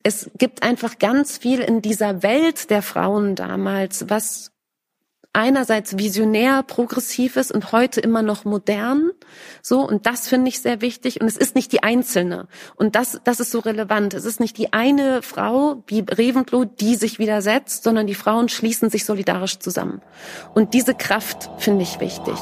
Es gibt einfach ganz viel in dieser Welt der Frauen damals, was einerseits visionär, progressiv ist und heute immer noch modern, so, und das finde ich sehr wichtig, und es ist nicht die Einzelne, und das ist so relevant, es ist nicht die eine Frau wie Reventlow, die sich widersetzt, sondern die Frauen schließen sich solidarisch zusammen, und diese Kraft finde ich wichtig.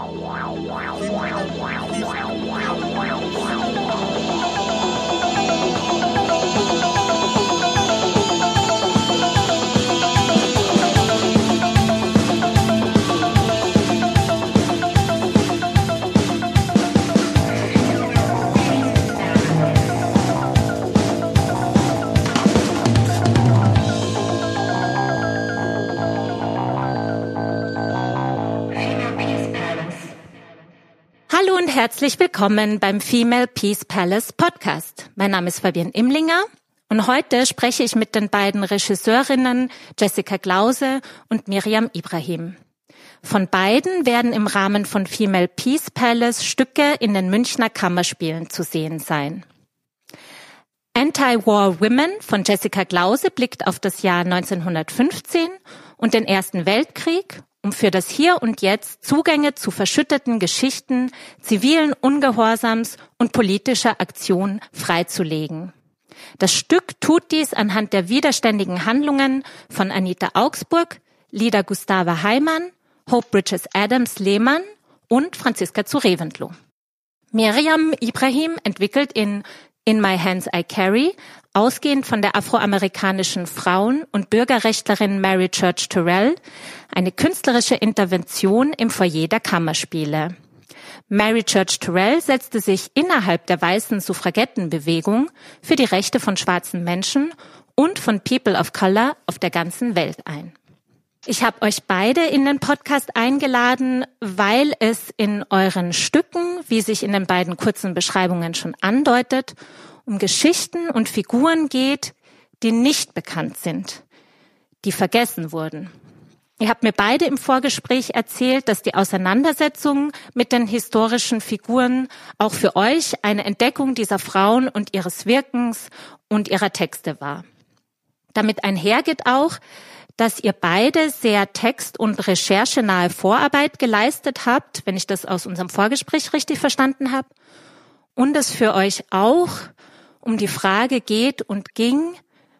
Hallo und herzlich willkommen beim Female Peace Palace Podcast. Mein Name ist Fabienne Imlinger und heute spreche ich mit den beiden Regisseurinnen Jessica Glause und Miriam Ibrahim. Von beiden werden im Rahmen von Female Peace Palace Stücke in den Münchner Kammerspielen zu sehen sein. Anti-War Women von Jessica Glause blickt auf das Jahr 1915 und den Ersten Weltkrieg, um für das Hier und Jetzt Zugänge zu verschütteten Geschichten, zivilen Ungehorsams und politischer Aktion freizulegen. Das Stück tut dies anhand der widerständigen Handlungen von Anita Augsburg, Lida Gustava Heimann, Hope Bridges Adams Lehmann und Franziska zu Reventlow. Miriam Ibrahim entwickelt in My Hands I Carry, ausgehend von der afroamerikanischen Frauen- und Bürgerrechtlerin Mary Church Terrell, eine künstlerische Intervention im Foyer der Kammerspiele. Mary Church Terrell setzte sich innerhalb der weißen Suffragettenbewegung für die Rechte von schwarzen Menschen und von People of Color auf der ganzen Welt ein. Ich habe euch beide in den Podcast eingeladen, weil es in euren Stücken, wie sich in den beiden kurzen Beschreibungen schon andeutet, um Geschichten und Figuren geht, die nicht bekannt sind, die vergessen wurden. Ihr habt mir beide im Vorgespräch erzählt, dass die Auseinandersetzung mit den historischen Figuren auch für euch eine Entdeckung dieser Frauen und ihres Wirkens und ihrer Texte war. Damit einhergeht auch, dass ihr beide sehr text- und recherchenahe Vorarbeit geleistet habt, wenn ich das aus unserem Vorgespräch richtig verstanden habe, und es für euch auch um die Frage geht und ging,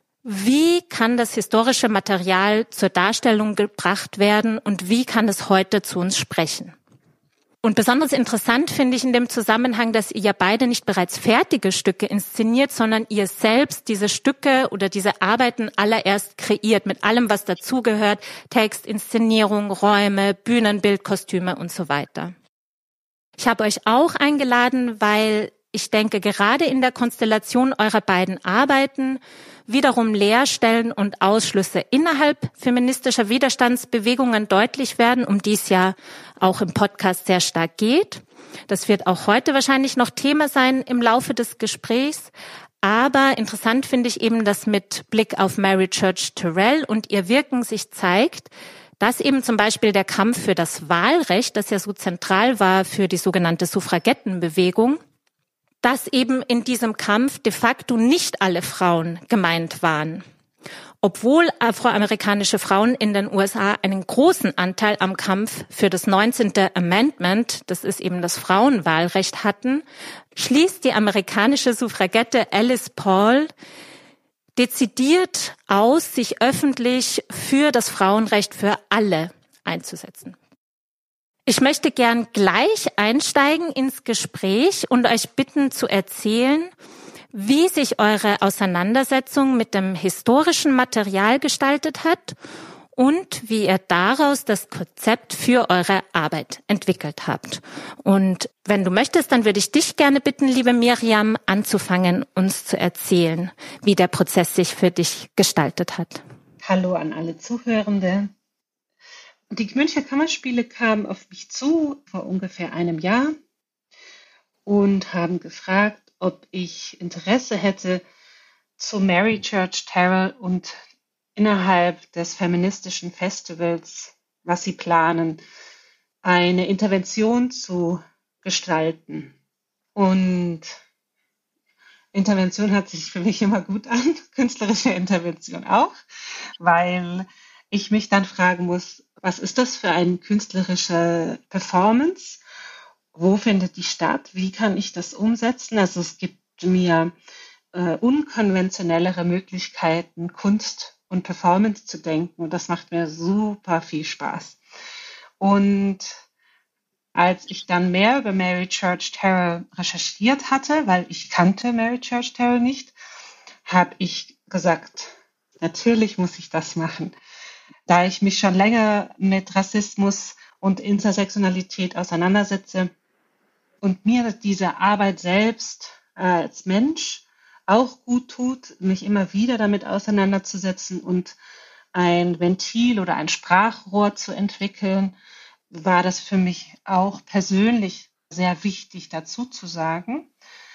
wie kann das historische Material zur Darstellung gebracht werden und wie kann es heute zu uns sprechen? Und besonders interessant finde ich in dem Zusammenhang, dass ihr ja beide nicht bereits fertige Stücke inszeniert, sondern ihr selbst diese Stücke oder diese Arbeiten allererst kreiert, mit allem, was dazugehört, Text, Inszenierung, Räume, Bühnenbild, Kostüme und so weiter. Ich habe euch auch eingeladen, weil ich denke, gerade in der Konstellation eurer beiden Arbeiten wiederum Leerstellen und Ausschlüsse innerhalb feministischer Widerstandsbewegungen deutlich werden, um die es ja auch im Podcast sehr stark geht. Das wird auch heute wahrscheinlich noch Thema sein im Laufe des Gesprächs. Aber interessant finde ich eben, dass mit Blick auf Mary Church Terrell und ihr Wirken sich zeigt, dass eben zum Beispiel der Kampf für das Wahlrecht, das ja so zentral war für die sogenannte Suffragettenbewegung, dass eben in diesem Kampf de facto nicht alle Frauen gemeint waren. Obwohl afroamerikanische Frauen in den USA einen großen Anteil am Kampf für das 19. Amendment, das ist eben das Frauenwahlrecht, hatten, schließt die amerikanische Suffragette Alice Paul dezidiert aus, sich öffentlich für das Frauenrecht für alle einzusetzen. Ich möchte gern gleich einsteigen ins Gespräch und euch bitten zu erzählen, wie sich eure Auseinandersetzung mit dem historischen Material gestaltet hat und wie ihr daraus das Konzept für eure Arbeit entwickelt habt. Und wenn du möchtest, dann würde ich dich gerne bitten, liebe Miriam, anzufangen, uns zu erzählen, wie der Prozess sich für dich gestaltet hat. Hallo an alle Zuhörende. Die Münchner Kammerspiele kamen auf mich zu vor ungefähr einem Jahr und haben gefragt, ob ich Interesse hätte, zu Mary Church Terrell und innerhalb des feministischen Festivals, was sie planen, eine Intervention zu gestalten. Und Intervention hört sich für mich immer gut an, künstlerische Intervention auch, weil ich mich dann fragen muss, was ist das für eine künstlerische Performance? Wo findet die statt? Wie kann ich das umsetzen? Also es gibt mir unkonventionellere Möglichkeiten, Kunst und Performance zu denken. Und das macht mir super viel Spaß. Und als ich dann mehr über Mary Church Terrell recherchiert hatte, weil ich kannte Mary Church Terrell nicht, habe ich gesagt, natürlich muss ich das machen. Da ich mich schon länger mit Rassismus und Intersektionalität auseinandersetze und mir diese Arbeit selbst als Mensch auch gut tut, mich immer wieder damit auseinanderzusetzen und ein Ventil oder ein Sprachrohr zu entwickeln, war das für mich auch persönlich sehr wichtig dazu zu sagen.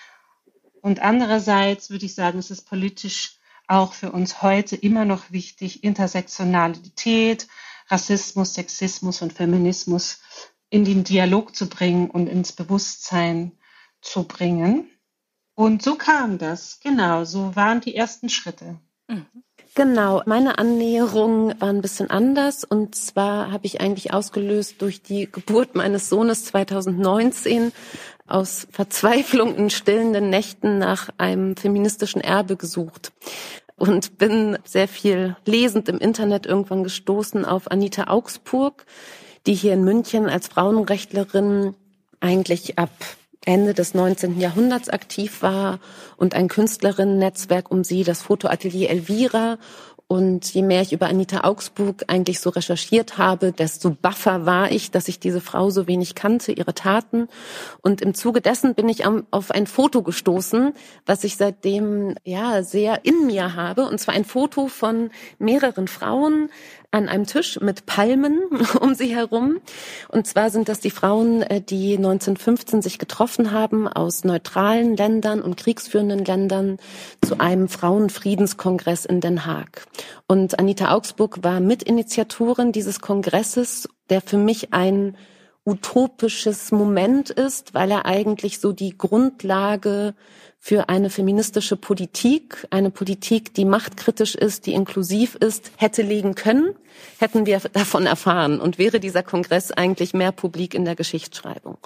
Und andererseits würde ich sagen, es ist politisch auch für uns heute immer noch wichtig, Intersektionalität, Rassismus, Sexismus und Feminismus in den Dialog zu bringen und ins Bewusstsein zu bringen. Und so kam das, genau, so waren die ersten Schritte. Genau, meine Annäherung war ein bisschen anders. Und zwar habe ich eigentlich ausgelöst durch die Geburt meines Sohnes 2019 aus Verzweiflung in stillenden Nächten nach einem feministischen Erbe gesucht. Und bin sehr viel lesend im Internet irgendwann gestoßen auf Anita Augsburg, die hier in München als Frauenrechtlerin eigentlich ab Ende des 19. Jahrhunderts aktiv war und ein Künstlerinnen-Netzwerk um sie, das Fotoatelier Elvira. Und je mehr ich über Anita Augsburg eigentlich so recherchiert habe, desto baffer war ich, dass ich diese Frau so wenig kannte, ihre Taten. Und im Zuge dessen bin ich auf ein Foto gestoßen, was ich seitdem sehr in mir habe. Und zwar ein Foto von mehreren Frauen an einem Tisch mit Palmen um sie herum. Und zwar sind das die Frauen, die 1915 sich getroffen haben aus neutralen Ländern und kriegsführenden Ländern zu einem Frauenfriedenskongress in Den Haag. Und Anita Augsburg war Mitinitiatorin dieses Kongresses, der für mich ein utopisches Moment ist, weil er eigentlich so die Grundlage für eine feministische Politik, eine Politik, die machtkritisch ist, die inklusiv ist, hätte legen können, hätten wir davon erfahren und wäre dieser Kongress eigentlich mehr publik in der Geschichtsschreibung.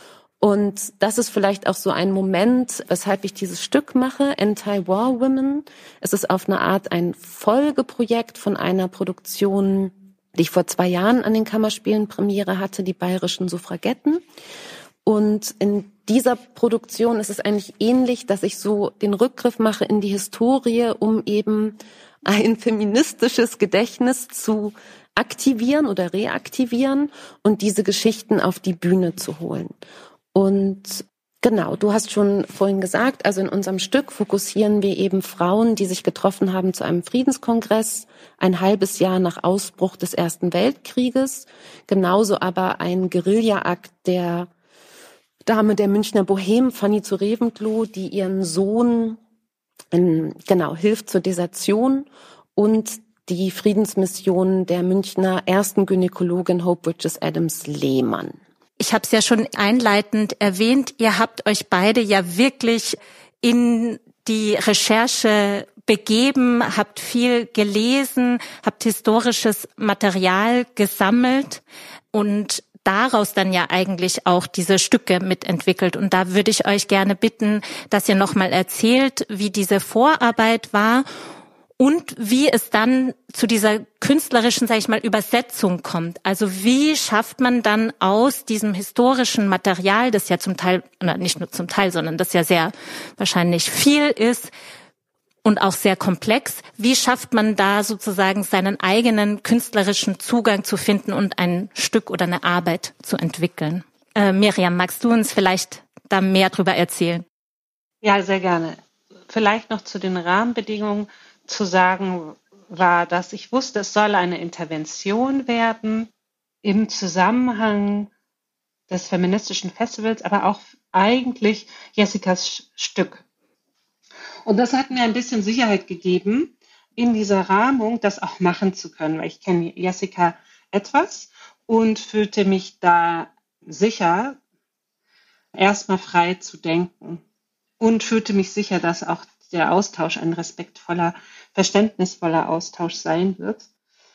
Und das ist vielleicht auch so ein Moment, weshalb ich dieses Stück mache, Anti-War Women. Es ist auf eine Art ein Folgeprojekt von einer Produktion, die ich vor 2 Jahren an den Kammerspielen Premiere hatte, die Bayerischen Suffragetten. Und in dieser Produktion ist es eigentlich ähnlich, dass ich so den Rückgriff mache in die Historie, um eben ein feministisches Gedächtnis zu aktivieren oder reaktivieren und diese Geschichten auf die Bühne zu holen. Und genau, du hast schon vorhin gesagt, also in unserem Stück fokussieren wir eben Frauen, die sich getroffen haben zu einem Friedenskongress, ein halbes Jahr nach Ausbruch des Ersten Weltkrieges, genauso aber ein Guerillaakt der Dame der Münchner Bohème, Fanny zu Reventlow, die ihren Sohn hilft zur Desertion, und die Friedensmission der Münchner ersten Gynäkologin Hope Bridges Adams Lehmann. Ich habe es ja schon einleitend erwähnt, ihr habt euch beide ja wirklich in die Recherche begeben, habt viel gelesen, habt historisches Material gesammelt und daraus dann ja eigentlich auch diese Stücke mitentwickelt. Und da würde ich euch gerne bitten, dass ihr nochmal erzählt, wie diese Vorarbeit war und wie es dann zu dieser künstlerischen, sage ich mal, Übersetzung kommt. Also wie schafft man dann aus diesem historischen Material, das ja zum Teil, oder nicht nur zum Teil, sondern das ja sehr wahrscheinlich viel ist und auch sehr komplex, wie schafft man da sozusagen seinen eigenen künstlerischen Zugang zu finden und ein Stück oder eine Arbeit zu entwickeln? Miriam, magst du uns vielleicht da mehr drüber erzählen? Ja, sehr gerne. Vielleicht noch zu den Rahmenbedingungen zu sagen war, dass ich wusste, es soll eine Intervention werden im Zusammenhang des feministischen Festivals, aber auch eigentlich Jessicas Stück. Und das hat mir ein bisschen Sicherheit gegeben, in dieser Rahmung das auch machen zu können, weil ich kenne Jessica etwas und fühlte mich da sicher, erstmal frei zu denken. und fühlte mich sicher, dass auch der Austausch ein respektvoller, verständnisvoller Austausch sein wird.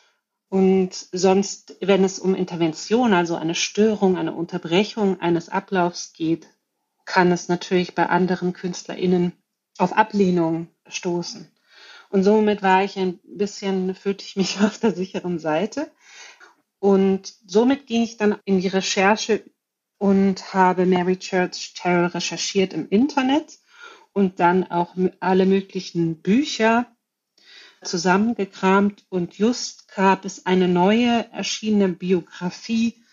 Und sonst, wenn es um Intervention, also eine Störung, eine Unterbrechung eines Ablaufs geht, kann es natürlich bei anderen KünstlerInnen auf Ablehnung stoßen. Und somit fühlte ich mich auf der sicheren Seite. Und somit ging ich dann in die Recherche und habe Mary Church Terrell recherchiert im Internet und dann auch alle möglichen Bücher zusammengekramt. Und just gab es eine neue erschienene Biografie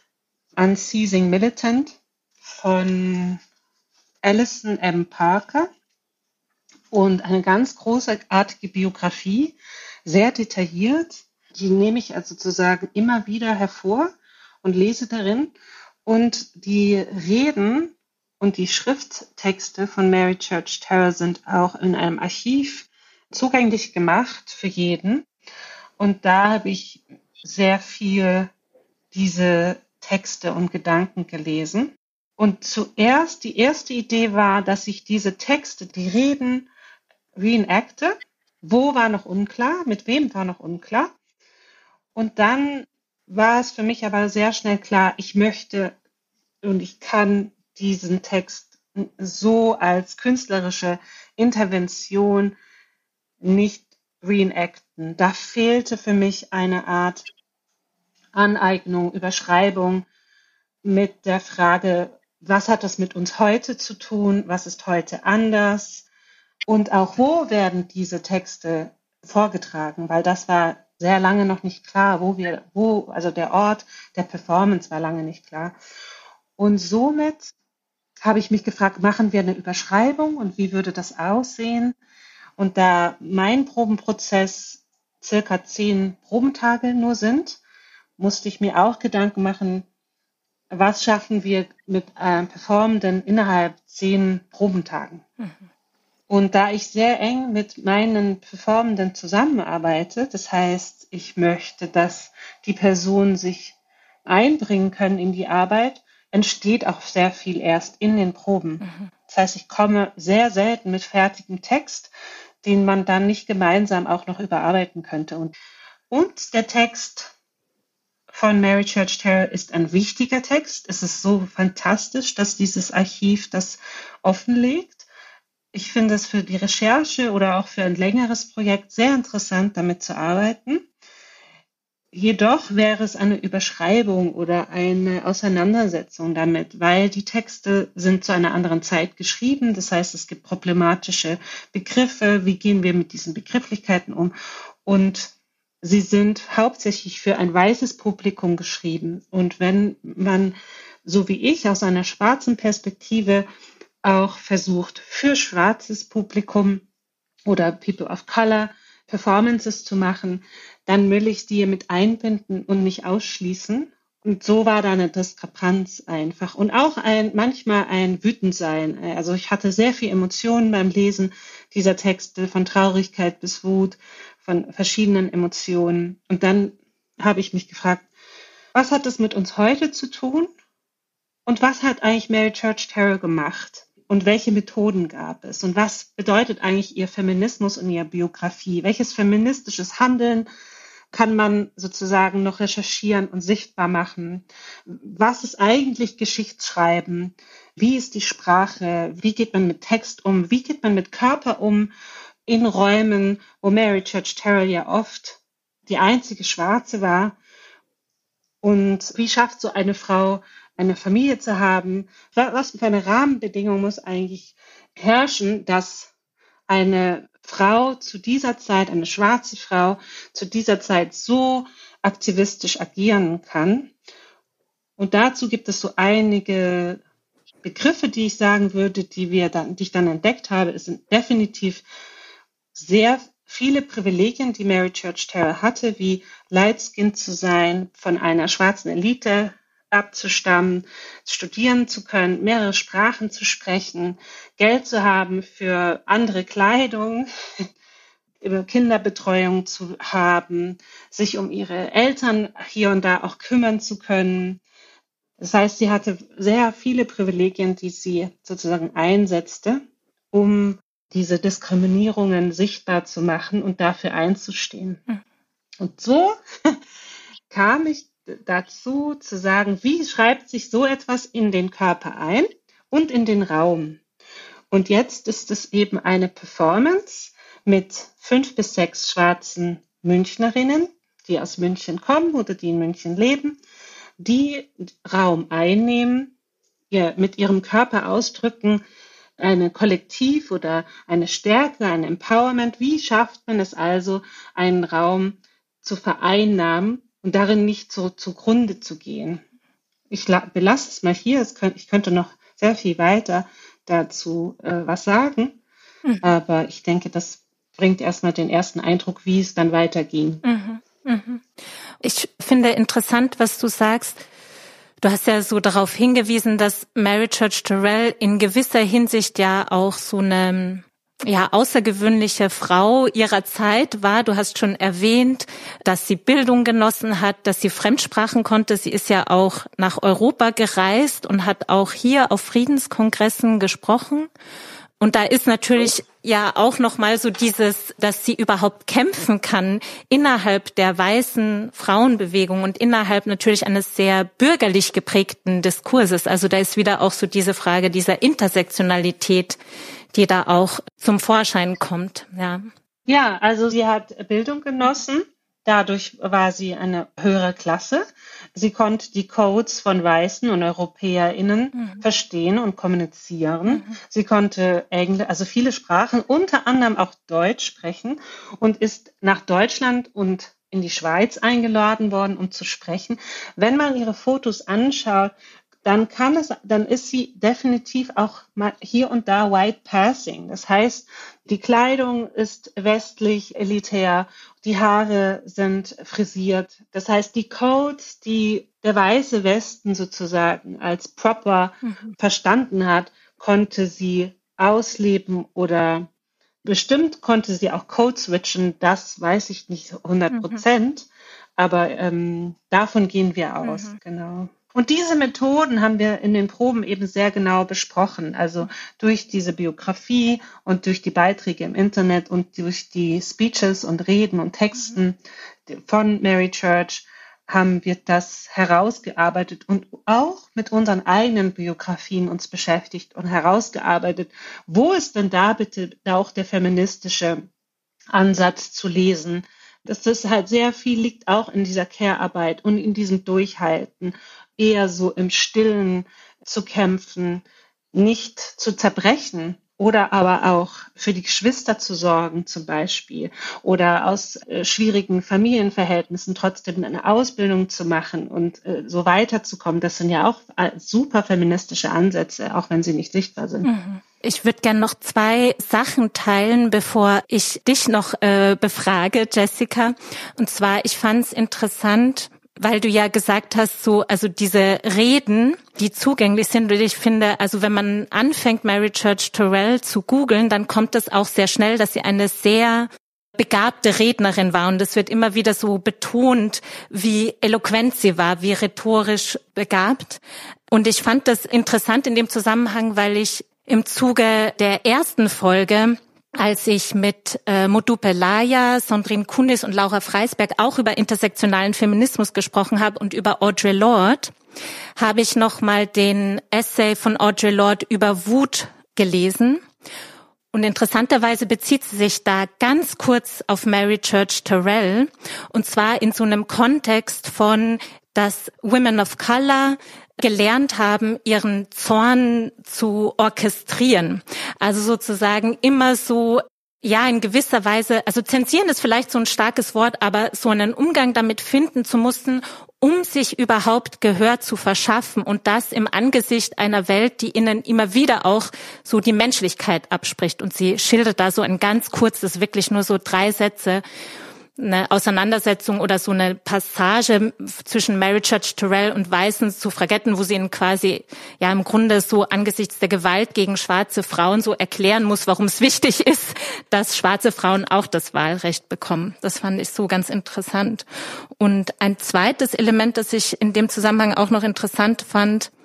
Unceasing Militant von Alison M. Parker. Und eine ganz großartige Biografie, sehr detailliert. Die nehme ich also sozusagen immer wieder hervor und lese darin. Und die Reden und die Schrifttexte von Mary Church Terrell sind auch in einem Archiv zugänglich gemacht für jeden. Und da habe ich sehr viel diese Texte und Gedanken gelesen. Und zuerst, die erste Idee war, dass ich diese Texte, die Reden, reenacte. Wo war noch unklar, mit wem war noch unklar. Und dann war es für mich aber sehr schnell klar, ich möchte und ich kann diesen Text so als künstlerische Intervention nicht reenacten. Da fehlte für mich eine Art Aneignung, Überschreibung mit der Frage, was hat das mit uns heute zu tun, was ist heute anders? Und auch wo werden diese Texte vorgetragen, weil das war sehr lange noch nicht klar, also der Ort der Performance war lange nicht klar. Und somit habe ich mich gefragt, machen wir eine Überschreibung und wie würde das aussehen? Und da mein Probenprozess circa 10 Probentage nur sind, musste ich mir auch Gedanken machen, was schaffen wir mit Performenden innerhalb 10 Probentagen? Und da ich sehr eng mit meinen Performenden zusammenarbeite, das heißt, ich möchte, dass die Personen sich einbringen können in die Arbeit, entsteht auch sehr viel erst in den Proben. Das heißt, ich komme sehr selten mit fertigem Text, den man dann nicht gemeinsam auch noch überarbeiten könnte. Und der Text von Mary Church Terrell ist ein wichtiger Text. Es ist so fantastisch, dass dieses Archiv das offenlegt. Ich finde es für die Recherche oder auch für ein längeres Projekt sehr interessant, damit zu arbeiten. Jedoch wäre es eine Überschreibung oder eine Auseinandersetzung damit, weil die Texte sind zu einer anderen Zeit geschrieben. Das heißt, es gibt problematische Begriffe. Wie gehen wir mit diesen Begrifflichkeiten um? Und sie sind hauptsächlich für ein weißes Publikum geschrieben. Und wenn man, so wie ich, aus einer schwarzen Perspektive auch versucht, für schwarzes Publikum oder People of Color Performances zu machen, dann will ich die mit einbinden und nicht ausschließen. Und so war da eine Diskrepanz einfach. Und auch manchmal ein Wütendsein. Also ich hatte sehr viel Emotionen beim Lesen dieser Texte, von Traurigkeit bis Wut, von verschiedenen Emotionen. Und dann habe ich mich gefragt, was hat das mit uns heute zu tun? Und was hat eigentlich Mary Church Terrell gemacht? Und welche Methoden gab es? Und was bedeutet eigentlich ihr Feminismus in ihrer Biografie? Welches feministisches Handeln kann man sozusagen noch recherchieren und sichtbar machen? Was ist eigentlich Geschichtsschreiben? Wie ist die Sprache? Wie geht man mit Text um? Wie geht man mit Körper um in Räumen, wo Mary Church Terrell ja oft die einzige Schwarze war? Und wie schafft so eine Frau, eine Familie zu haben? Was für eine Rahmenbedingung muss eigentlich herrschen, dass eine Frau zu dieser Zeit, eine schwarze Frau zu dieser Zeit so aktivistisch agieren kann? Und dazu gibt es so einige Begriffe, die ich sagen würde, die ich dann entdeckt habe. Es sind definitiv sehr viele Privilegien, die Mary Church Terrell hatte, wie light-skinned zu sein, von einer schwarzen Elite abzustammen, studieren zu können, mehrere Sprachen zu sprechen, Geld zu haben für andere Kleidung, über Kinderbetreuung zu haben, sich um ihre Eltern hier und da auch kümmern zu können. Das heißt, sie hatte sehr viele Privilegien, die sie sozusagen einsetzte. um diese Diskriminierungen sichtbar zu machen und dafür einzustehen. Und so kam ich dazu zu sagen, wie schreibt sich so etwas in den Körper ein und in den Raum? Und jetzt ist es eben eine Performance mit 5 bis 6 schwarzen Münchnerinnen, die aus München kommen oder die in München leben, die Raum einnehmen, mit ihrem Körper ausdrücken, eine Kollektiv oder eine Stärke, ein Empowerment. Wie schafft man es also, einen Raum zu vereinnahmen und darin nicht so zugrunde zu gehen? Ich belasse es mal hier. Ich könnte noch sehr viel weiter dazu was sagen, aber ich denke, das bringt erstmal den ersten Eindruck, wie es dann weiterging. Ich finde interessant, was du sagst. Du hast ja so darauf hingewiesen, dass Mary Church Terrell in gewisser Hinsicht ja auch so eine außergewöhnliche Frau ihrer Zeit war. Du hast schon erwähnt, dass sie Bildung genossen hat, dass sie Fremdsprachen konnte. Sie ist ja auch nach Europa gereist und hat auch hier auf Friedenskongressen gesprochen. Und da ist natürlich ja auch nochmal so dieses, dass sie überhaupt kämpfen kann innerhalb der weißen Frauenbewegung und innerhalb natürlich eines sehr bürgerlich geprägten Diskurses. Also da ist wieder auch so diese Frage dieser Intersektionalität, die da auch zum Vorschein kommt. Ja, also sie hat Bildung genossen. Dadurch war sie eine höhere Klasse. Sie konnte die Codes von Weißen und EuropäerInnen verstehen und kommunizieren. Sie konnte also viele Sprachen, unter anderem auch Deutsch sprechen und ist nach Deutschland und in die Schweiz eingeladen worden, um zu sprechen. Wenn man ihre Fotos anschaut, dann ist sie definitiv auch mal hier und da white passing. Das heißt, die Kleidung ist westlich elitär, die Haare sind frisiert. Das heißt, die Codes, die der weiße Westen sozusagen als proper verstanden hat, konnte sie ausleben oder bestimmt konnte sie auch Code switchen. Das weiß ich nicht 100%, aber davon gehen wir aus, genau. Und diese Methoden haben wir in den Proben eben sehr genau besprochen. Also durch diese Biografie und durch die Beiträge im Internet und durch die Speeches und Reden und Texten von Mary Church haben wir das herausgearbeitet und auch mit unseren eigenen Biografien uns beschäftigt und herausgearbeitet, wo ist denn da bitte auch der feministische Ansatz zu lesen. Das ist halt sehr viel liegt auch in dieser Care-Arbeit und in diesem Durchhalten, eher so im Stillen zu kämpfen, nicht zu zerbrechen oder aber auch für die Geschwister zu sorgen zum Beispiel oder aus schwierigen Familienverhältnissen trotzdem eine Ausbildung zu machen und so weiterzukommen. Das sind ja auch super feministische Ansätze, auch wenn sie nicht sichtbar sind. Ich würde gerne noch 2 Sachen teilen, bevor ich dich noch befrage, Jessica. Und zwar, ich fand es interessant, weil du ja gesagt hast, also diese Reden, die zugänglich sind. Und ich finde, also wenn man anfängt, Mary Church Terrell zu googeln, dann kommt es auch sehr schnell, dass sie eine sehr begabte Rednerin war. Und es wird immer wieder so betont, wie eloquent sie war, wie rhetorisch begabt. Und ich fand das interessant in dem Zusammenhang, weil ich im Zuge der ersten Folge, als ich mit Modupe Laya, Sandrine Kunis und Laura Freisberg auch über intersektionalen Feminismus gesprochen habe und über Audre Lorde, habe ich nochmal den Essay von Audre Lorde über Wut gelesen. Und interessanterweise bezieht sie sich da ganz kurz auf Mary Church Terrell, und zwar in so einem Kontext von, dass Women of Color gelernt haben, ihren Zorn zu orchestrieren. Also sozusagen immer so, ja, in gewisser Weise, also zensieren ist vielleicht so ein starkes Wort, aber so einen Umgang damit finden zu müssen, um sich überhaupt Gehör zu verschaffen, und das im Angesicht einer Welt, die ihnen immer wieder auch so die Menschlichkeit abspricht. Und sie schildert da so ein ganz kurzes, wirklich nur so 3 Sätze, eine Auseinandersetzung oder so eine Passage zwischen Mary Church Terrell und weißen Suffragetten, wo sie ihnen quasi ja im Grunde so angesichts der Gewalt gegen schwarze Frauen so erklären muss, warum es wichtig ist, dass schwarze Frauen auch das Wahlrecht bekommen. Das fand ich so ganz interessant. Und ein zweites Element, das ich in dem Zusammenhang auch noch interessant fand,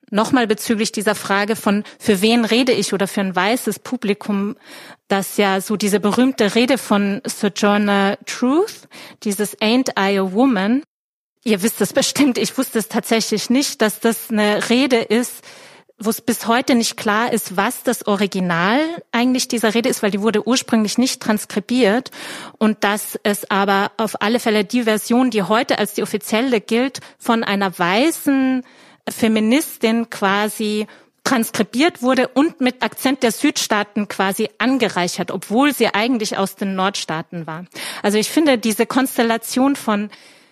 nochmal bezüglich dieser Frage von, für wen rede ich oder für ein weißes Publikum, dass ja so diese berühmte Rede von Sojourner Truth, dieses Ain't I a Woman, ihr wisst es bestimmt, ich wusste es tatsächlich nicht, dass das eine Rede ist, wo es bis heute nicht klar ist, was das Original eigentlich dieser Rede ist, weil die wurde ursprünglich nicht transkribiert und dass es aber auf alle Fälle die Version, die heute als die offizielle gilt, von einer weißen Feministin quasi transkribiert wurde und mit Akzent der Südstaaten quasi angereichert, obwohl sie eigentlich aus den Nordstaaten war. Also ich finde diese Konstellation von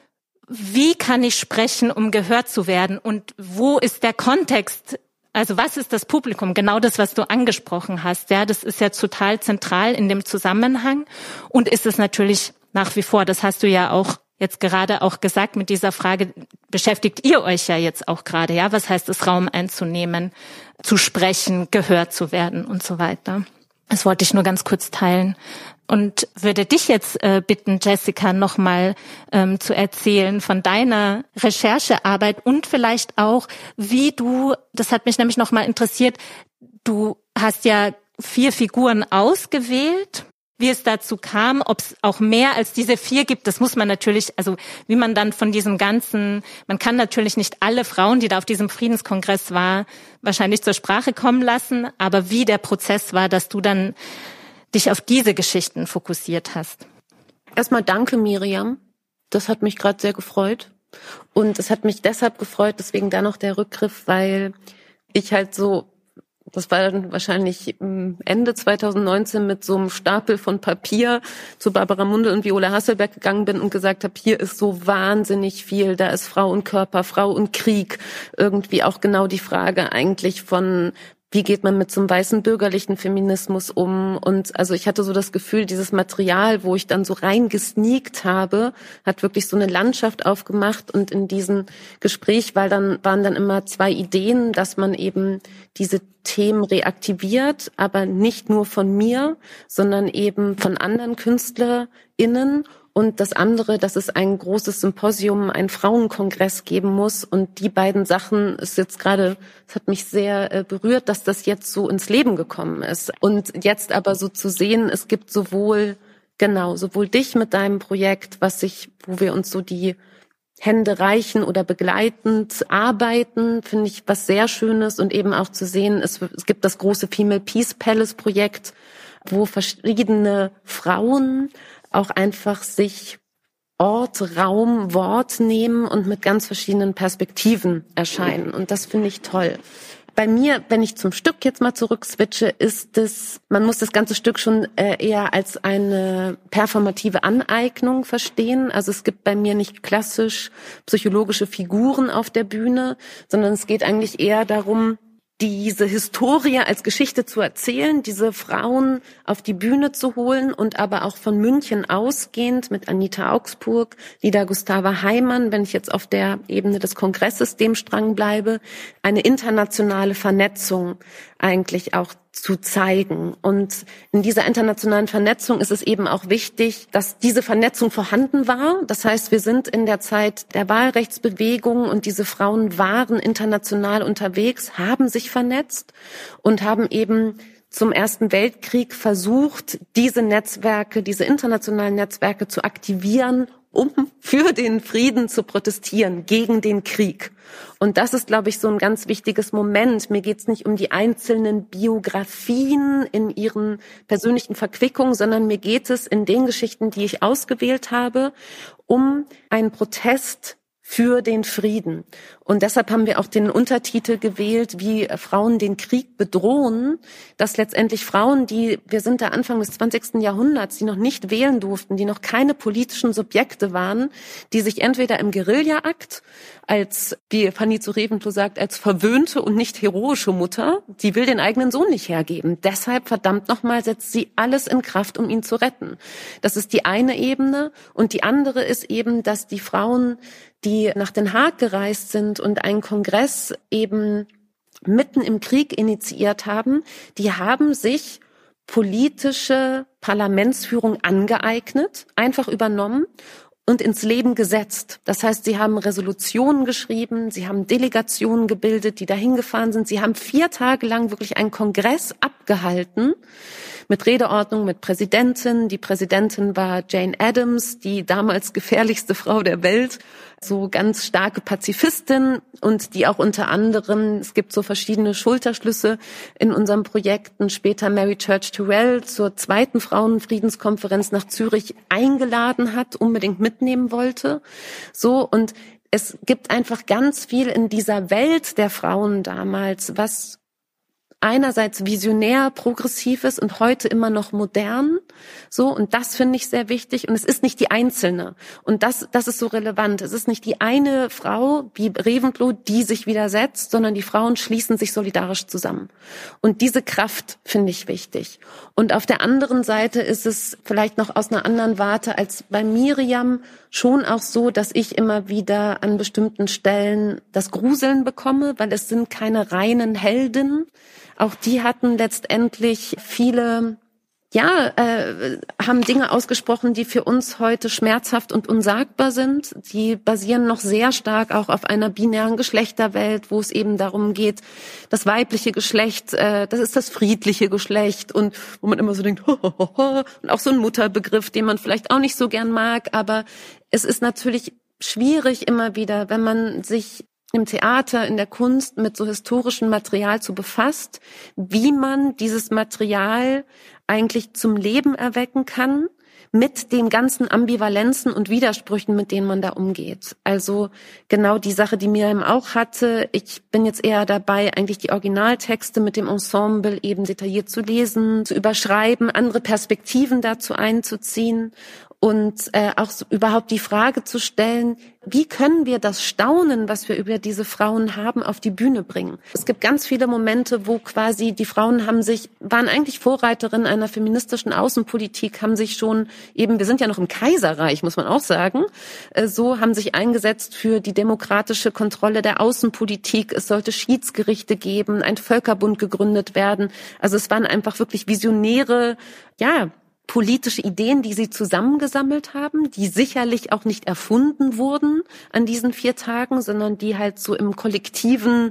wie kann ich sprechen, um gehört zu werden und wo ist der Kontext? Also was ist das Publikum? Genau das, was du angesprochen hast. Ja, das ist ja total zentral in dem Zusammenhang und ist es natürlich nach wie vor. Das hast du ja auch jetzt gerade auch gesagt mit dieser Frage, beschäftigt ihr euch ja jetzt auch gerade, ja? Was heißt es, Raum einzunehmen, zu sprechen, gehört zu werden und so weiter? Das wollte ich nur ganz kurz teilen. Und würde dich jetzt bitten, Jessica, nochmal zu erzählen von deiner Recherchearbeit und vielleicht auch, wie du, das hat mich nämlich nochmal interessiert, du hast ja 4 Figuren ausgewählt, wie es dazu kam, ob es auch mehr als diese 4 gibt, das muss man natürlich, also wie man dann von diesem ganzen, man kann natürlich nicht alle Frauen, die da auf diesem Friedenskongress war, wahrscheinlich zur Sprache kommen lassen, aber wie der Prozess war, dass du dann dich auf diese Geschichten fokussiert hast. Erstmal danke, Miriam. Das hat mich gerade sehr gefreut. Und es hat mich deshalb gefreut, deswegen da noch der Rückgriff, weil ich halt so, das war dann wahrscheinlich Ende 2019 mit so einem Stapel von Papier zu Barbara Mundel und Viola Hasselberg gegangen bin und gesagt habe, hier ist so wahnsinnig viel, da ist Frau und Körper, Frau und Krieg, irgendwie auch genau die Frage eigentlich von, wie geht man mit so einem weißen bürgerlichen Feminismus um? Und also ich hatte so das Gefühl, dieses Material, wo ich dann so reingesneakt habe, hat wirklich so eine Landschaft aufgemacht. Und in diesem Gespräch waren dann immer 2 Ideen, dass man eben diese Themen reaktiviert, aber nicht nur von mir, sondern eben von anderen KünstlerInnen. Und das andere, dass es ein großes Symposium, einen Frauenkongress geben muss. Und die beiden Sachen ist jetzt gerade, es hat mich sehr berührt, dass das jetzt so ins Leben gekommen ist. Und jetzt aber so zu sehen, es gibt sowohl dich mit deinem Projekt, wo wir uns so die Hände reichen oder begleitend arbeiten, finde ich was sehr Schönes. Und eben auch zu sehen, es gibt das große Female Peace Palace Projekt, wo verschiedene Frauen auch einfach sich Ort, Raum, Wort nehmen und mit ganz verschiedenen Perspektiven erscheinen. Und das finde ich toll. Bei mir, wenn ich zum Stück jetzt mal zurückswitche, man muss das ganze Stück schon eher als eine performative Aneignung verstehen. Also es gibt bei mir nicht klassisch psychologische Figuren auf der Bühne, sondern es geht eigentlich eher darum, diese Historie als Geschichte zu erzählen, diese Frauen auf die Bühne zu holen und aber auch von München ausgehend mit Anita Augsburg, Lida Gustava Heimann, wenn ich jetzt auf der Ebene des Kongresses dem Strang bleibe, eine internationale Vernetzung eigentlich auch zu zeigen. Und in dieser internationalen Vernetzung ist es eben auch wichtig, dass diese Vernetzung vorhanden war. Das heißt, wir sind in der Zeit der Wahlrechtsbewegung und diese Frauen waren international unterwegs, haben sich vernetzt und haben eben zum Ersten Weltkrieg versucht, diese Netzwerke, diese internationalen Netzwerke zu aktivieren, um für den Frieden zu protestieren, gegen den Krieg. Und das ist, glaube ich, so ein ganz wichtiges Moment. Mir geht es nicht um die einzelnen Biografien in ihren persönlichen Verquickungen, sondern mir geht es in den Geschichten, die ich ausgewählt habe, um einen Protest für den Frieden. Und deshalb haben wir auch den Untertitel gewählt, wie Frauen den Krieg bedrohen, dass letztendlich Frauen, wir sind da Anfang des 20. Jahrhunderts, die noch nicht wählen durften, die noch keine politischen Subjekte waren, die sich entweder im Guerillaakt als, wie Fanny zu Reventlow sagt, als verwöhnte und nicht heroische Mutter, die will den eigenen Sohn nicht hergeben. Deshalb, verdammt nochmal, setzt sie alles in Kraft, um ihn zu retten. Das ist die eine Ebene. Und die andere ist eben, dass die Frauen, die nach Den Haag gereist sind und einen Kongress eben mitten im Krieg initiiert haben, die haben sich politische Parlamentsführung angeeignet, einfach übernommen und ins Leben gesetzt. Das heißt, sie haben Resolutionen geschrieben, sie haben Delegationen gebildet, die dahin gefahren sind. Sie haben 4 Tage lang wirklich einen Kongress abgehalten mit Redeordnung, mit Präsidentin. Die Präsidentin war Jane Addams, die damals gefährlichste Frau der Welt, so ganz starke Pazifistin und die auch unter anderem, es gibt so verschiedene Schulterschlüsse in unseren Projekten, später Mary Church Terrell zur 2. Frauenfriedenskonferenz nach Zürich eingeladen hat, unbedingt mitnehmen wollte. So, und es gibt einfach ganz viel in dieser Welt der Frauen damals, was einerseits visionär, progressiv ist und heute immer noch modern, so, und das finde ich sehr wichtig, und es ist nicht die Einzelne, und das ist so relevant, es ist nicht die eine Frau wie Reventlow, die sich widersetzt, sondern die Frauen schließen sich solidarisch zusammen, und diese Kraft finde ich wichtig. Und auf der anderen Seite ist es vielleicht noch aus einer anderen Warte als bei Miriam schon auch so, dass ich immer wieder an bestimmten Stellen das Gruseln bekomme, weil es sind keine reinen Heldinnen. Auch die hatten letztendlich viele, haben Dinge ausgesprochen, die für uns heute schmerzhaft und unsagbar sind. Die basieren noch sehr stark auch auf einer binären Geschlechterwelt, wo es eben darum geht, das weibliche Geschlecht, das ist das friedliche Geschlecht, und wo man immer so denkt, ho, ho, ho, ho, und auch so ein Mutterbegriff, den man vielleicht auch nicht so gern mag, aber es ist natürlich schwierig immer wieder, wenn man sich im Theater, in der Kunst mit so historischem Material zu befasst, wie man dieses Material eigentlich zum Leben erwecken kann, mit den ganzen Ambivalenzen und Widersprüchen, mit denen man da umgeht. Also genau die Sache, die Miriam auch hatte. Ich bin jetzt eher dabei, eigentlich die Originaltexte mit dem Ensemble eben detailliert zu lesen, zu überschreiben, andere Perspektiven dazu einzuziehen und auch so überhaupt die Frage zu stellen, wie können wir das Staunen, was wir über diese Frauen haben, auf die Bühne bringen? Es gibt ganz viele Momente, wo quasi die Frauen waren eigentlich Vorreiterinnen einer feministischen Außenpolitik, haben sich schon eben, wir sind ja noch im Kaiserreich, muss man auch sagen, haben sich eingesetzt für die demokratische Kontrolle der Außenpolitik. Es sollte Schiedsgerichte geben, ein Völkerbund gegründet werden. Also es waren einfach wirklich visionäre, politische Ideen, die sie zusammengesammelt haben, die sicherlich auch nicht erfunden wurden an diesen 4 Tagen, sondern die halt so im kollektiven,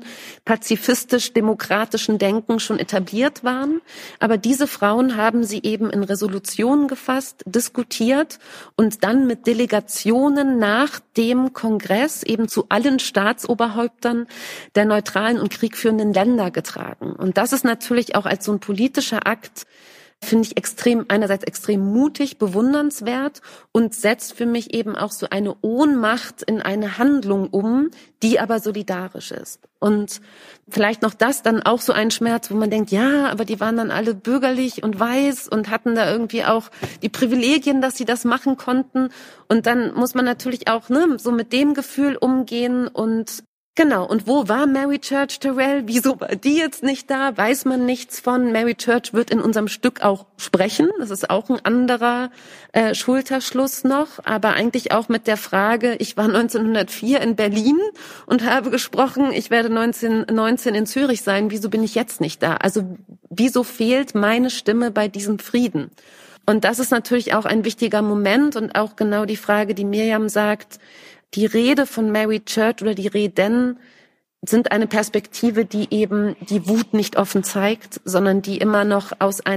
pazifistisch-demokratischen Denken schon etabliert waren. Aber diese Frauen haben sie eben in Resolutionen gefasst, diskutiert und dann mit Delegationen nach dem Kongress eben zu allen Staatsoberhäuptern der neutralen und kriegführenden Länder getragen. Und das ist natürlich auch als so ein politischer Akt, finde ich einerseits extrem mutig, bewundernswert und setzt für mich eben auch so eine Ohnmacht in eine Handlung um, die aber solidarisch ist. Und vielleicht noch das dann auch so ein Schmerz, wo man denkt, ja, aber die waren dann alle bürgerlich und weiß und hatten da irgendwie auch die Privilegien, dass sie das machen konnten. Und dann muss man natürlich auch so mit dem Gefühl umgehen und genau, und wo war Mary Church Terrell? Wieso war die jetzt nicht da? Weiß man nichts von. Mary Church wird in unserem Stück auch sprechen. Das ist auch ein anderer Schulterschluss noch, aber eigentlich auch mit der Frage, ich war 1904 in Berlin und habe gesprochen, ich werde 1919 in Zürich sein. Wieso bin ich jetzt nicht da? Also wieso fehlt meine Stimme bei diesem Frieden? Und das ist natürlich auch ein wichtiger Moment und auch genau die Frage, die Miriam sagt, die Rede von Mary Church oder die Reden sind eine Perspektive, die eben die Wut nicht offen zeigt, sondern die immer noch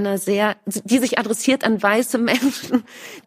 die sich adressiert an weiße Menschen,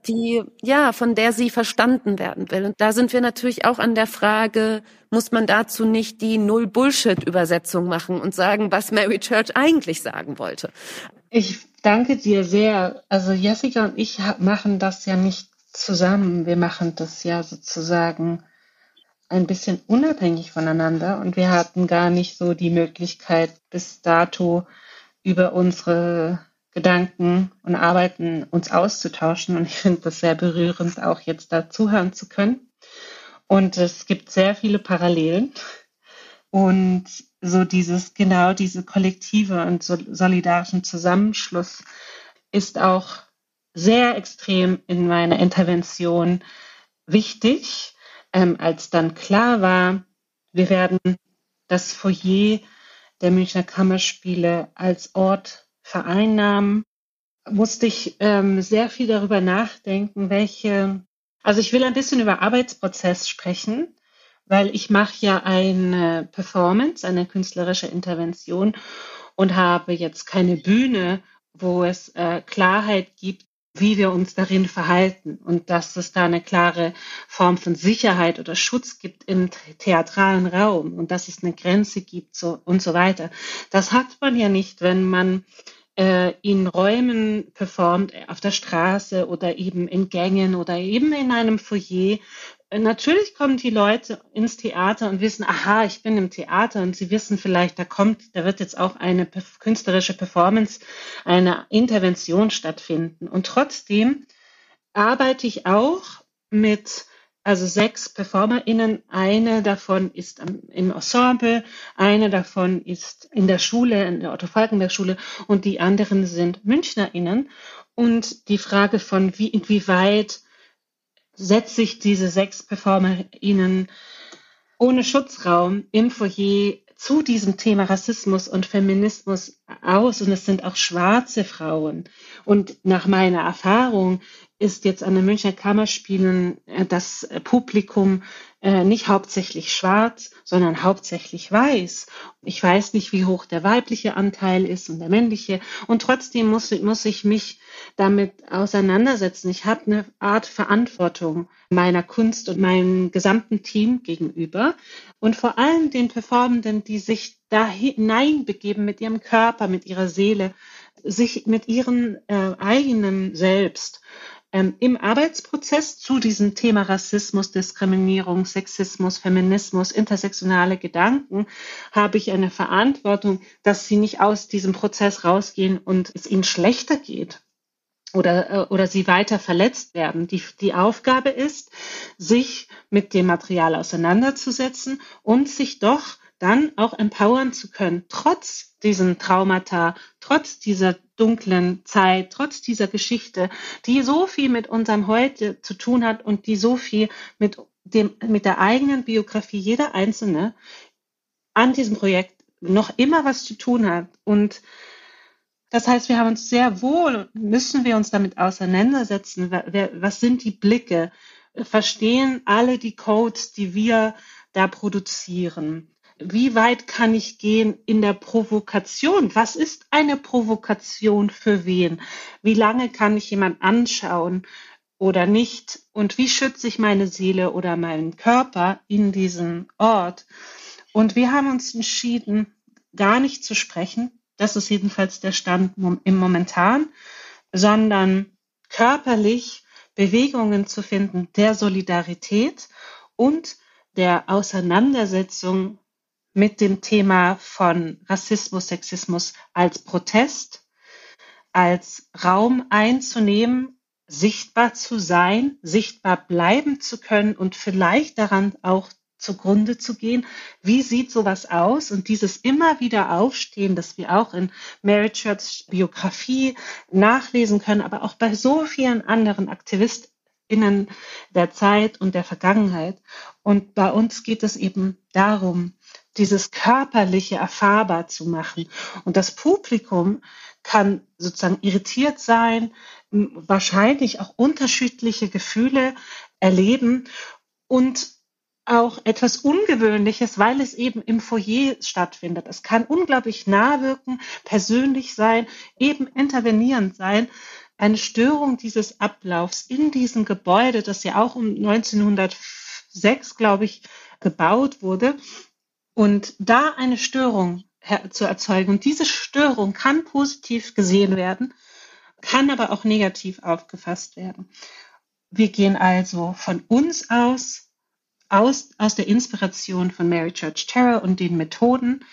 von der sie verstanden werden will. Und da sind wir natürlich auch an der Frage, muss man dazu nicht die Null-Bullshit-Übersetzung machen und sagen, was Mary Church eigentlich sagen wollte? Ich danke dir sehr. Also Jessica und ich machen das ja nicht zusammen. Wir machen das ja sozusagen ein bisschen unabhängig voneinander und wir hatten gar nicht so die Möglichkeit bis dato über unsere Gedanken und Arbeiten uns auszutauschen und ich finde das sehr berührend, auch jetzt da zuhören zu können. Und es gibt sehr viele Parallelen und so diese kollektive und solidarischen Zusammenschluss ist auch sehr extrem in meiner Intervention wichtig, als dann klar war, wir werden das Foyer der Münchner Kammerspiele als Ort vereinnahmen, musste ich sehr viel darüber nachdenken, welche Also ich will ein bisschen über Arbeitsprozess sprechen, weil ich mache ja eine Performance, eine künstlerische Intervention und habe jetzt keine Bühne, wo es Klarheit gibt, wie wir uns darin verhalten und dass es da eine klare Form von Sicherheit oder Schutz gibt im theatralen Raum und dass es eine Grenze gibt und so weiter. Das hat man ja nicht, wenn man in Räumen performt, auf der Straße oder eben in Gängen oder eben in einem Foyer. Natürlich kommen die Leute ins Theater und wissen, aha, ich bin im Theater, und sie wissen vielleicht, da wird jetzt auch eine künstlerische Performance, eine Intervention stattfinden. Und trotzdem arbeite ich auch mit 6 PerformerInnen. Eine davon ist im Ensemble, eine davon ist in der Schule, in der Otto-Falckenberg-Schule, und die anderen sind MünchnerInnen. Und die Frage von inwieweit setze ich diese 6 PerformerInnen ohne Schutzraum im Foyer zu diesem Thema Rassismus und Feminismus aus. Und es sind auch schwarze Frauen. Und nach meiner Erfahrung ist jetzt an den Münchner Kammerspielen das Publikum nicht hauptsächlich schwarz, sondern hauptsächlich weiß. Ich weiß nicht, wie hoch der weibliche Anteil ist und der männliche. Und trotzdem muss ich mich damit auseinandersetzen. Ich habe eine Art Verantwortung meiner Kunst und meinem gesamten Team gegenüber. Und vor allem den Performenden, die sich da hineinbegeben mit ihrem Körper, mit ihrer Seele, sich mit ihrem eigenen Selbst im Arbeitsprozess zu diesem Thema Rassismus, Diskriminierung, Sexismus, Feminismus, intersektionale Gedanken, habe ich eine Verantwortung, dass sie nicht aus diesem Prozess rausgehen und es ihnen schlechter geht oder sie weiter verletzt werden. Die Aufgabe ist, sich mit dem Material auseinanderzusetzen und sich doch dann auch empowern zu können, trotz diesen Traumata, trotz dieser dunklen Zeit, trotz dieser Geschichte, die so viel mit unserem Heute zu tun hat und die so viel mit der eigenen Biografie jeder Einzelne an diesem Projekt noch immer was zu tun hat. Und das heißt, wir haben uns müssen wir uns damit auseinandersetzen, was sind die Blicke, verstehen alle die Codes, die wir da produzieren. Wie weit kann ich gehen in der Provokation? Was ist eine Provokation für wen? Wie lange kann ich jemanden anschauen oder nicht? Und wie schütze ich meine Seele oder meinen Körper in diesem Ort? Und wir haben uns entschieden, gar nicht zu sprechen. Das ist jedenfalls der Stand im Momentan, sondern körperlich Bewegungen zu finden der Solidarität und der Auseinandersetzung mit dem Thema von Rassismus, Sexismus als Protest, als Raum einzunehmen, sichtbar zu sein, sichtbar bleiben zu können und vielleicht daran auch zugrunde zu gehen. Wie sieht sowas aus? Und dieses immer wieder Aufstehen, das wir auch in Mary Churchs Biografie nachlesen können, aber auch bei so vielen anderen AktivistInnen der Zeit und der Vergangenheit. Und bei uns geht es eben darum, dieses Körperliche erfahrbar zu machen. Und das Publikum kann sozusagen irritiert sein, wahrscheinlich auch unterschiedliche Gefühle erleben und auch etwas Ungewöhnliches, weil es eben im Foyer stattfindet. Es kann unglaublich nah wirken, persönlich sein, eben intervenierend sein. Eine Störung dieses Ablaufs in diesem Gebäude, das ja auch um 1906, glaube ich, gebaut wurde, und da eine Störung zu erzeugen. Und diese Störung kann positiv gesehen werden, kann aber auch negativ aufgefasst werden. Wir gehen also von uns aus der Inspiration von Mary Church Terror und den Methoden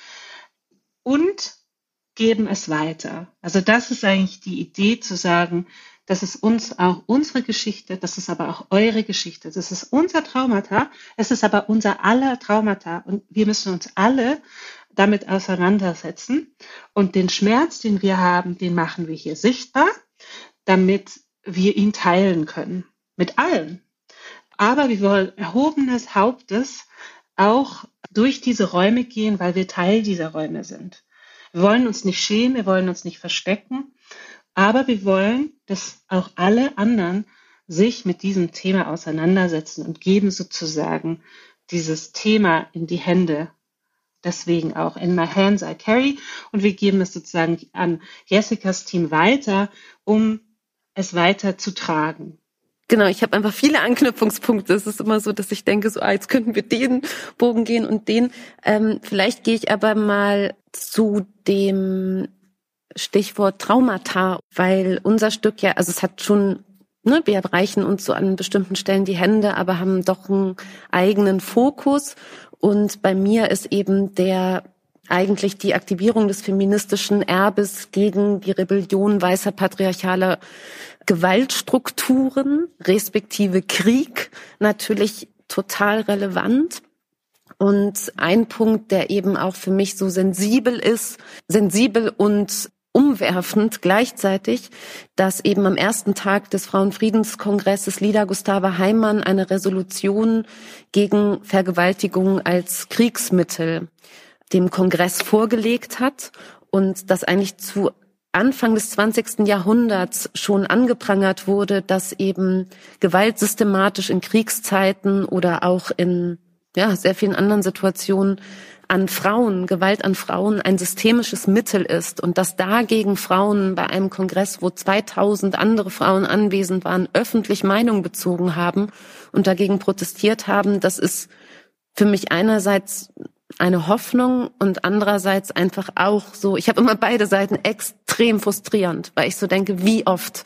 und geben es weiter. Also das ist eigentlich die Idee, zu sagen, das ist uns auch unsere Geschichte, das ist aber auch eure Geschichte, das ist unser Traumata, es ist aber unser aller Traumata und wir müssen uns alle damit auseinandersetzen und den Schmerz, den wir haben, den machen wir hier sichtbar, damit wir ihn teilen können mit allen. Aber wir wollen erhobenes Hauptes auch durch diese Räume gehen, weil wir Teil dieser Räume sind. Wir wollen uns nicht schämen, wir wollen uns nicht verstecken, aber wir wollen, dass auch alle anderen sich mit diesem Thema auseinandersetzen und geben sozusagen dieses Thema in die Hände. Deswegen auch In My Hands I Carry. Und wir geben es sozusagen an Jessicas Team weiter, um es weiter zu tragen. Genau, ich habe einfach viele Anknüpfungspunkte. Es ist immer so, dass ich denke, so, jetzt könnten wir den Bogen gehen und den. Vielleicht gehe ich aber mal zu dem Stichwort Traumata, weil unser Stück ja, also es hat schon, ne, wir reichen uns so an bestimmten Stellen die Hände, aber haben doch einen eigenen Fokus. Und bei mir ist eben eigentlich die Aktivierung des feministischen Erbes gegen die Rebellion weißer patriarchaler Gewaltstrukturen, respektive Krieg, natürlich total relevant. Und ein Punkt, der eben auch für mich so sensibel und umwerfend gleichzeitig, dass eben am ersten Tag des Frauenfriedenskongresses Lida Gustava Heimann eine Resolution gegen Vergewaltigung als Kriegsmittel dem Kongress vorgelegt hat und das eigentlich zu Anfang des 20. Jahrhunderts schon angeprangert wurde, dass eben Gewalt systematisch in Kriegszeiten oder auch in sehr vielen anderen Situationen Gewalt an Frauen ein systemisches Mittel ist und dass dagegen Frauen bei einem Kongress, wo 2000 andere Frauen anwesend waren, öffentlich Meinung bezogen haben und dagegen protestiert haben, das ist für mich einerseits eine Hoffnung und andererseits einfach auch so, ich habe immer beide Seiten extrem frustrierend, weil ich so denke, wie oft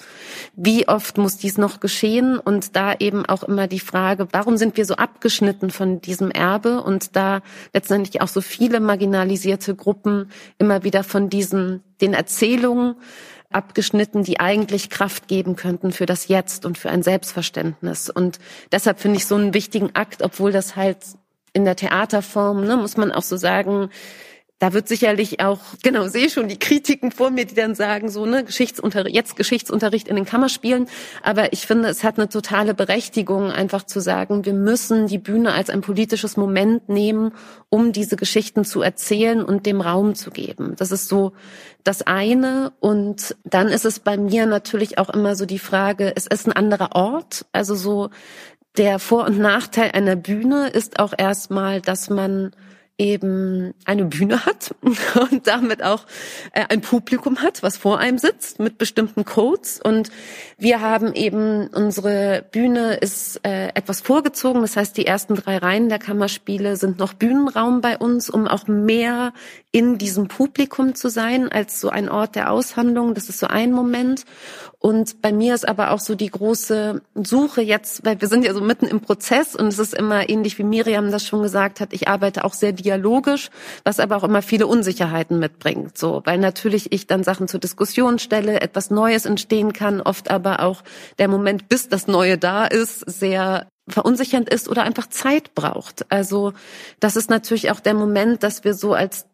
muss dies noch geschehen und da eben auch immer die Frage, warum sind wir so abgeschnitten von diesem Erbe und da letztendlich auch so viele marginalisierte Gruppen immer wieder von den Erzählungen abgeschnitten, die eigentlich Kraft geben könnten für das Jetzt und für ein Selbstverständnis. Und deshalb finde ich so einen wichtigen Akt, obwohl das halt in der Theaterform, muss man auch so sagen, da wird sicherlich auch, sehe schon die Kritiken vor mir, die dann sagen, so, Geschichtsunterricht in den Kammerspielen. Aber ich finde, es hat eine totale Berechtigung, einfach zu sagen, wir müssen die Bühne als ein politisches Moment nehmen, um diese Geschichten zu erzählen und dem Raum zu geben. Das ist so das eine. Und dann ist es bei mir natürlich auch immer so die Frage, es ist ein anderer Ort, also so, der Vor- und Nachteil einer Bühne ist auch erstmal, dass man eben eine Bühne hat und damit auch ein Publikum hat, was vor einem sitzt mit bestimmten Codes. Und wir haben eben, unsere Bühne ist etwas vorgezogen. Das heißt, die ersten 3 Reihen der Kammerspiele sind noch Bühnenraum bei uns, um auch mehr in diesem Publikum zu sein, als so ein Ort der Aushandlung. Das ist so ein Moment. Und bei mir ist aber auch so die große Suche jetzt, weil wir sind ja so mitten im Prozess und es ist immer ähnlich wie Miriam das schon gesagt hat, ich arbeite auch sehr dialogisch, was aber auch immer viele Unsicherheiten mitbringt, so, weil natürlich ich dann Sachen zur Diskussion stelle, etwas Neues entstehen kann, oft aber auch der Moment, bis das Neue da ist, sehr verunsichernd ist oder einfach Zeit braucht. Also das ist natürlich auch der Moment, dass wir so als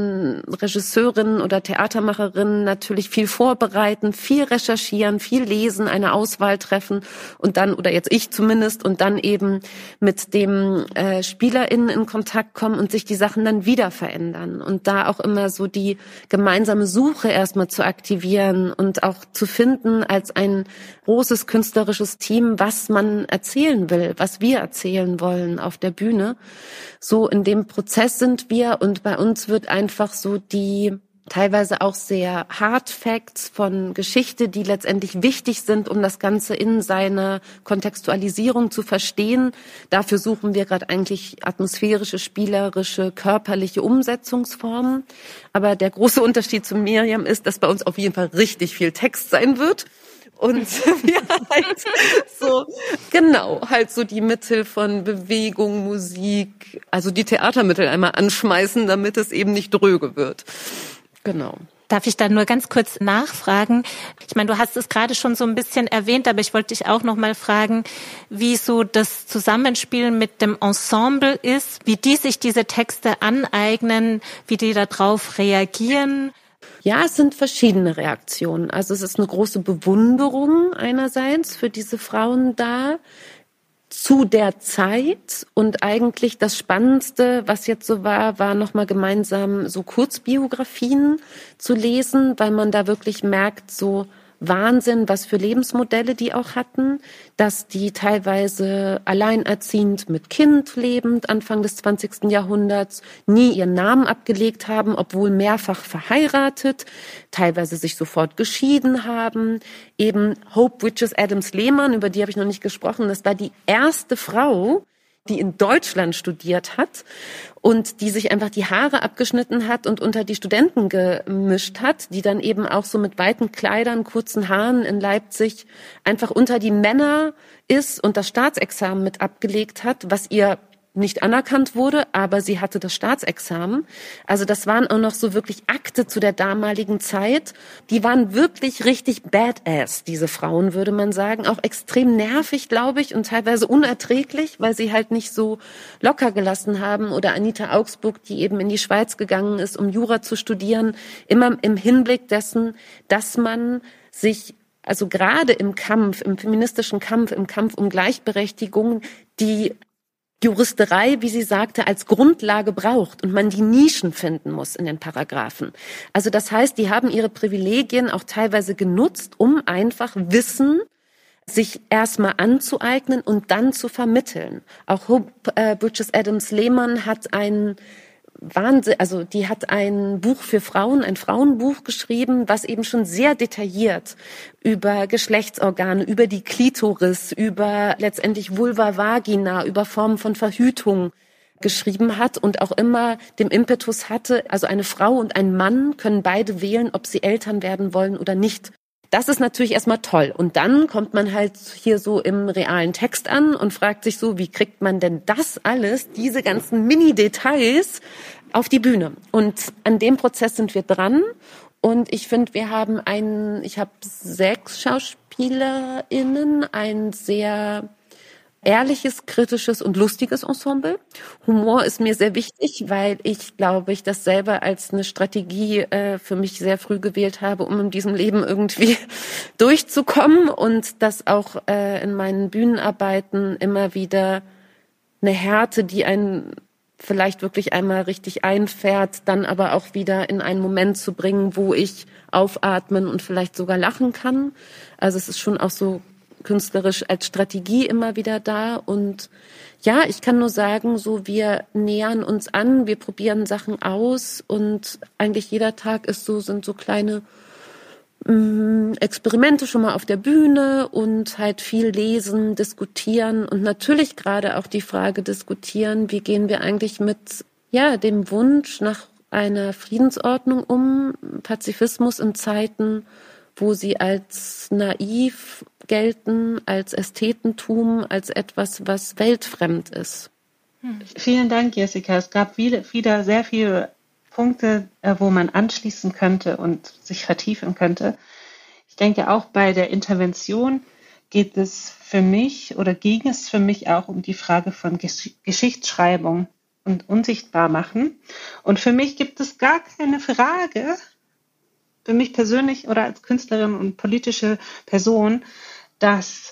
Regisseurin oder Theatermacherin natürlich viel vorbereiten, viel recherchieren, viel lesen, eine Auswahl treffen und dann, oder jetzt ich zumindest, und dann eben mit dem SpielerInnen in Kontakt kommen und sich die Sachen dann wieder verändern. Und da auch immer so die gemeinsame Suche erstmal zu aktivieren und auch zu finden als ein großes künstlerisches Team, was man erzählen will, was wir erzählen wollen auf der Bühne. So in dem Prozess sind wir und bei uns wird einfach so die teilweise auch sehr Hard Facts von Geschichte, die letztendlich wichtig sind, um das Ganze in seiner Kontextualisierung zu verstehen. Dafür suchen wir gerade eigentlich atmosphärische, spielerische, körperliche Umsetzungsformen. Aber der große Unterschied zu Miriam ist, dass bei uns auf jeden Fall richtig viel Text sein wird. Und wir halt so die Mittel von Bewegung, Musik, also die Theatermittel einmal anschmeißen, damit es eben nicht dröge wird. Genau. Darf ich da nur ganz kurz nachfragen? Ich meine, du hast es gerade schon so ein bisschen erwähnt, aber ich wollte dich auch noch mal fragen, wie so das Zusammenspiel mit dem Ensemble ist, wie die sich diese Texte aneignen, wie die darauf reagieren. Ja, es sind verschiedene Reaktionen. Also es ist eine große Bewunderung einerseits für diese Frauen da zu der Zeit und eigentlich das Spannendste, was jetzt so war nochmal gemeinsam so Kurzbiografien zu lesen, weil man da wirklich merkt, so Wahnsinn, was für Lebensmodelle die auch hatten, dass die teilweise alleinerziehend mit Kind lebend Anfang des 20. Jahrhunderts nie ihren Namen abgelegt haben, obwohl mehrfach verheiratet, teilweise sich sofort geschieden haben. Eben Hope Bridges Adams Lehmann, über die habe ich noch nicht gesprochen, das war die erste Frau, die in Deutschland studiert hat und die sich einfach die Haare abgeschnitten hat und unter die Studenten gemischt hat, die dann eben auch so mit weiten Kleidern, kurzen Haaren in Leipzig einfach unter die Männer ist und das Staatsexamen mit abgelegt hat, was ihr nicht anerkannt wurde, aber sie hatte das Staatsexamen. Also das waren auch noch so wirklich Akte zu der damaligen Zeit. Die waren wirklich richtig badass, diese Frauen, würde man sagen. Auch extrem nervig, glaube ich, und teilweise unerträglich, weil sie halt nicht so locker gelassen haben. Oder Anita Augsburg, die eben in die Schweiz gegangen ist, um Jura zu studieren, immer im Hinblick dessen, dass man sich also gerade im Kampf, im feministischen Kampf, im Kampf um Gleichberechtigung, die Juristerei, wie sie sagte, als Grundlage braucht und man die Nischen finden muss in den Paragraphen. Also das heißt, die haben ihre Privilegien auch teilweise genutzt, um einfach Wissen sich erstmal anzueignen und dann zu vermitteln. Auch Hope Bridges Adams Lehmann hat die hat ein Buch für Frauen, ein Frauenbuch geschrieben, was eben schon sehr detailliert über Geschlechtsorgane, über die Klitoris, über letztendlich Vulva, Vagina, über Formen von Verhütung geschrieben hat und auch immer dem Impetus hatte, also eine Frau und ein Mann können beide wählen, ob sie Eltern werden wollen oder nicht. Das ist natürlich erstmal toll. Und dann kommt man halt hier so im realen Text an und fragt sich so, wie kriegt man denn das alles, diese ganzen Mini-Details auf die Bühne? Und an dem Prozess sind wir dran. Und ich finde, ich habe 6 SchauspielerInnen, ein sehr ehrliches, kritisches und lustiges Ensemble. Humor ist mir sehr wichtig, weil ich das selber als eine Strategie für mich sehr früh gewählt habe, um in diesem Leben irgendwie durchzukommen und das auch in meinen Bühnenarbeiten immer wieder eine Härte, die einen vielleicht wirklich einmal richtig einfährt, dann aber auch wieder in einen Moment zu bringen, wo ich aufatmen und vielleicht sogar lachen kann. Also es ist schon auch so künstlerisch als Strategie immer wieder da. Und ja, ich kann nur sagen, so wir nähern uns an, wir probieren Sachen aus und eigentlich jeder Tag sind so kleine Experimente schon mal auf der Bühne und halt viel lesen, diskutieren und natürlich gerade auch die Frage diskutieren, wie gehen wir eigentlich mit dem Wunsch nach einer Friedensordnung um, Pazifismus in Zeiten, wo sie als naiv gelten, als Ästhetentum, als etwas, was weltfremd ist. Vielen Dank, Jessica. Es gab wieder sehr viele Punkte, wo man anschließen könnte und sich vertiefen könnte. Ich denke, auch bei der Intervention ging es für mich auch um die Frage von Geschichtsschreibung und Unsichtbarmachen. Und für mich gibt es gar keine Frage, für mich persönlich oder als Künstlerin und politische Person, dass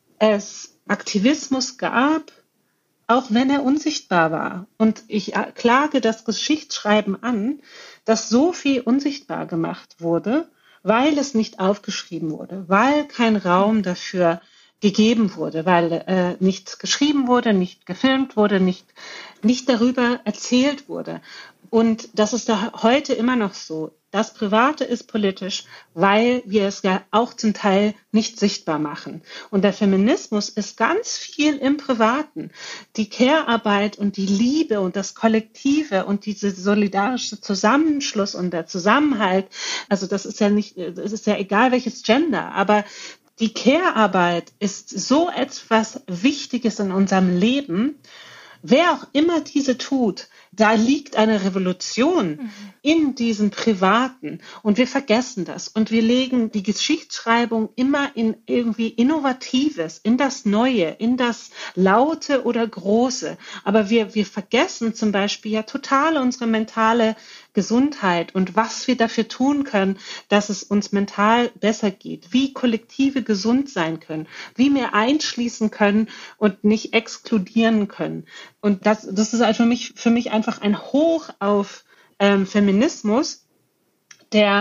es Aktivismus gab, auch wenn er unsichtbar war. Und ich klage das Geschichtsschreiben an, dass so viel unsichtbar gemacht wurde, weil es nicht aufgeschrieben wurde, weil kein Raum dafür gegeben wurde, weil nichts geschrieben wurde, nicht gefilmt wurde, nicht darüber erzählt wurde. Und das ist da heute immer noch so. Das Private ist politisch, weil wir es ja auch zum Teil nicht sichtbar machen. Und der Feminismus ist ganz viel im Privaten. Die Care-Arbeit und die Liebe und das Kollektive und diese solidarische Zusammenschluss und der Zusammenhalt, also das ist ja egal welches Gender, aber die Care-Arbeit ist so etwas Wichtiges in unserem Leben. Wer auch immer diese tut, da liegt eine Revolution in diesem Privaten und wir vergessen das und wir legen die Geschichtsschreibung immer in irgendwie Innovatives, in das Neue, in das Laute oder Große. Aber wir vergessen zum Beispiel ja total unsere mentale Gesundheit und was wir dafür tun können, dass es uns mental besser geht, wie Kollektive gesund sein können, wie wir einschließen können und nicht exkludieren können. Und das ist also für mich einfach ein Hoch auf Feminismus, der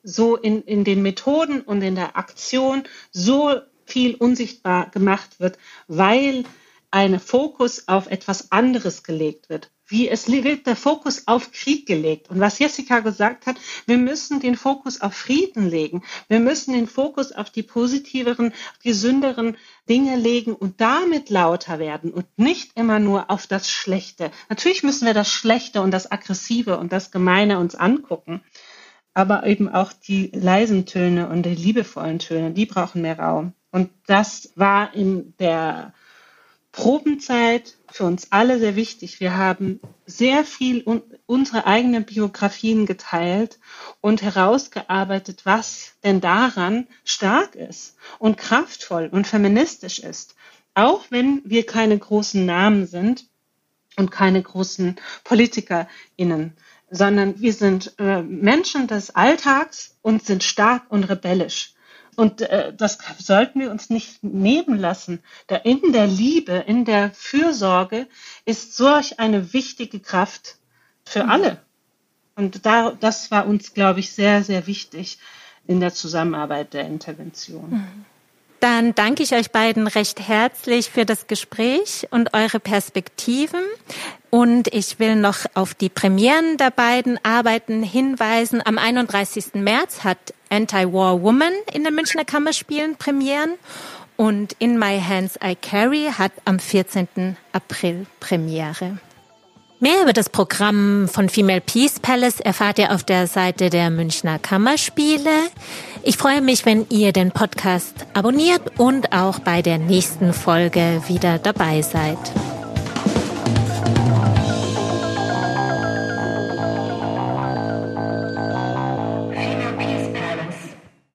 so in den Methoden und in der Aktion so viel unsichtbar gemacht wird, weil ein Fokus auf etwas anderes gelegt wird. Wie es wird der Fokus auf Krieg gelegt. Und was Jessica gesagt hat, wir müssen den Fokus auf Frieden legen. Wir müssen den Fokus auf die positiveren, gesünderen Dinge legen und damit lauter werden und nicht immer nur auf das Schlechte. Natürlich müssen wir das Schlechte und das Aggressive und das Gemeine uns angucken. Aber eben auch die leisen Töne und die liebevollen Töne, die brauchen mehr Raum. Und das war in der Probenzeit für uns alle sehr wichtig. Wir haben sehr viel unsere eigenen Biografien geteilt und herausgearbeitet, was denn daran stark ist und kraftvoll und feministisch ist. Auch wenn wir keine großen Namen sind und keine großen PolitikerInnen, sondern wir sind Menschen des Alltags und sind stark und rebellisch. Und das sollten wir uns nicht nehmen lassen. In der Liebe, in der Fürsorge ist solch eine wichtige Kraft für alle. Und das war uns, glaube ich, sehr, sehr wichtig in der Zusammenarbeit der Intervention. Dann danke ich euch beiden recht herzlich für das Gespräch und eure Perspektiven. Und ich will noch auf die Premieren der beiden Arbeiten hinweisen. Am 31. März hat Anti-War Woman in den Münchner Kammerspielen Premieren und In My Hands I Carry hat am 14. April Premiere. Mehr über das Programm von Female Peace Palace erfahrt ihr auf der Seite der Münchner Kammerspiele. Ich freue mich, wenn ihr den Podcast abonniert und auch bei der nächsten Folge wieder dabei seid.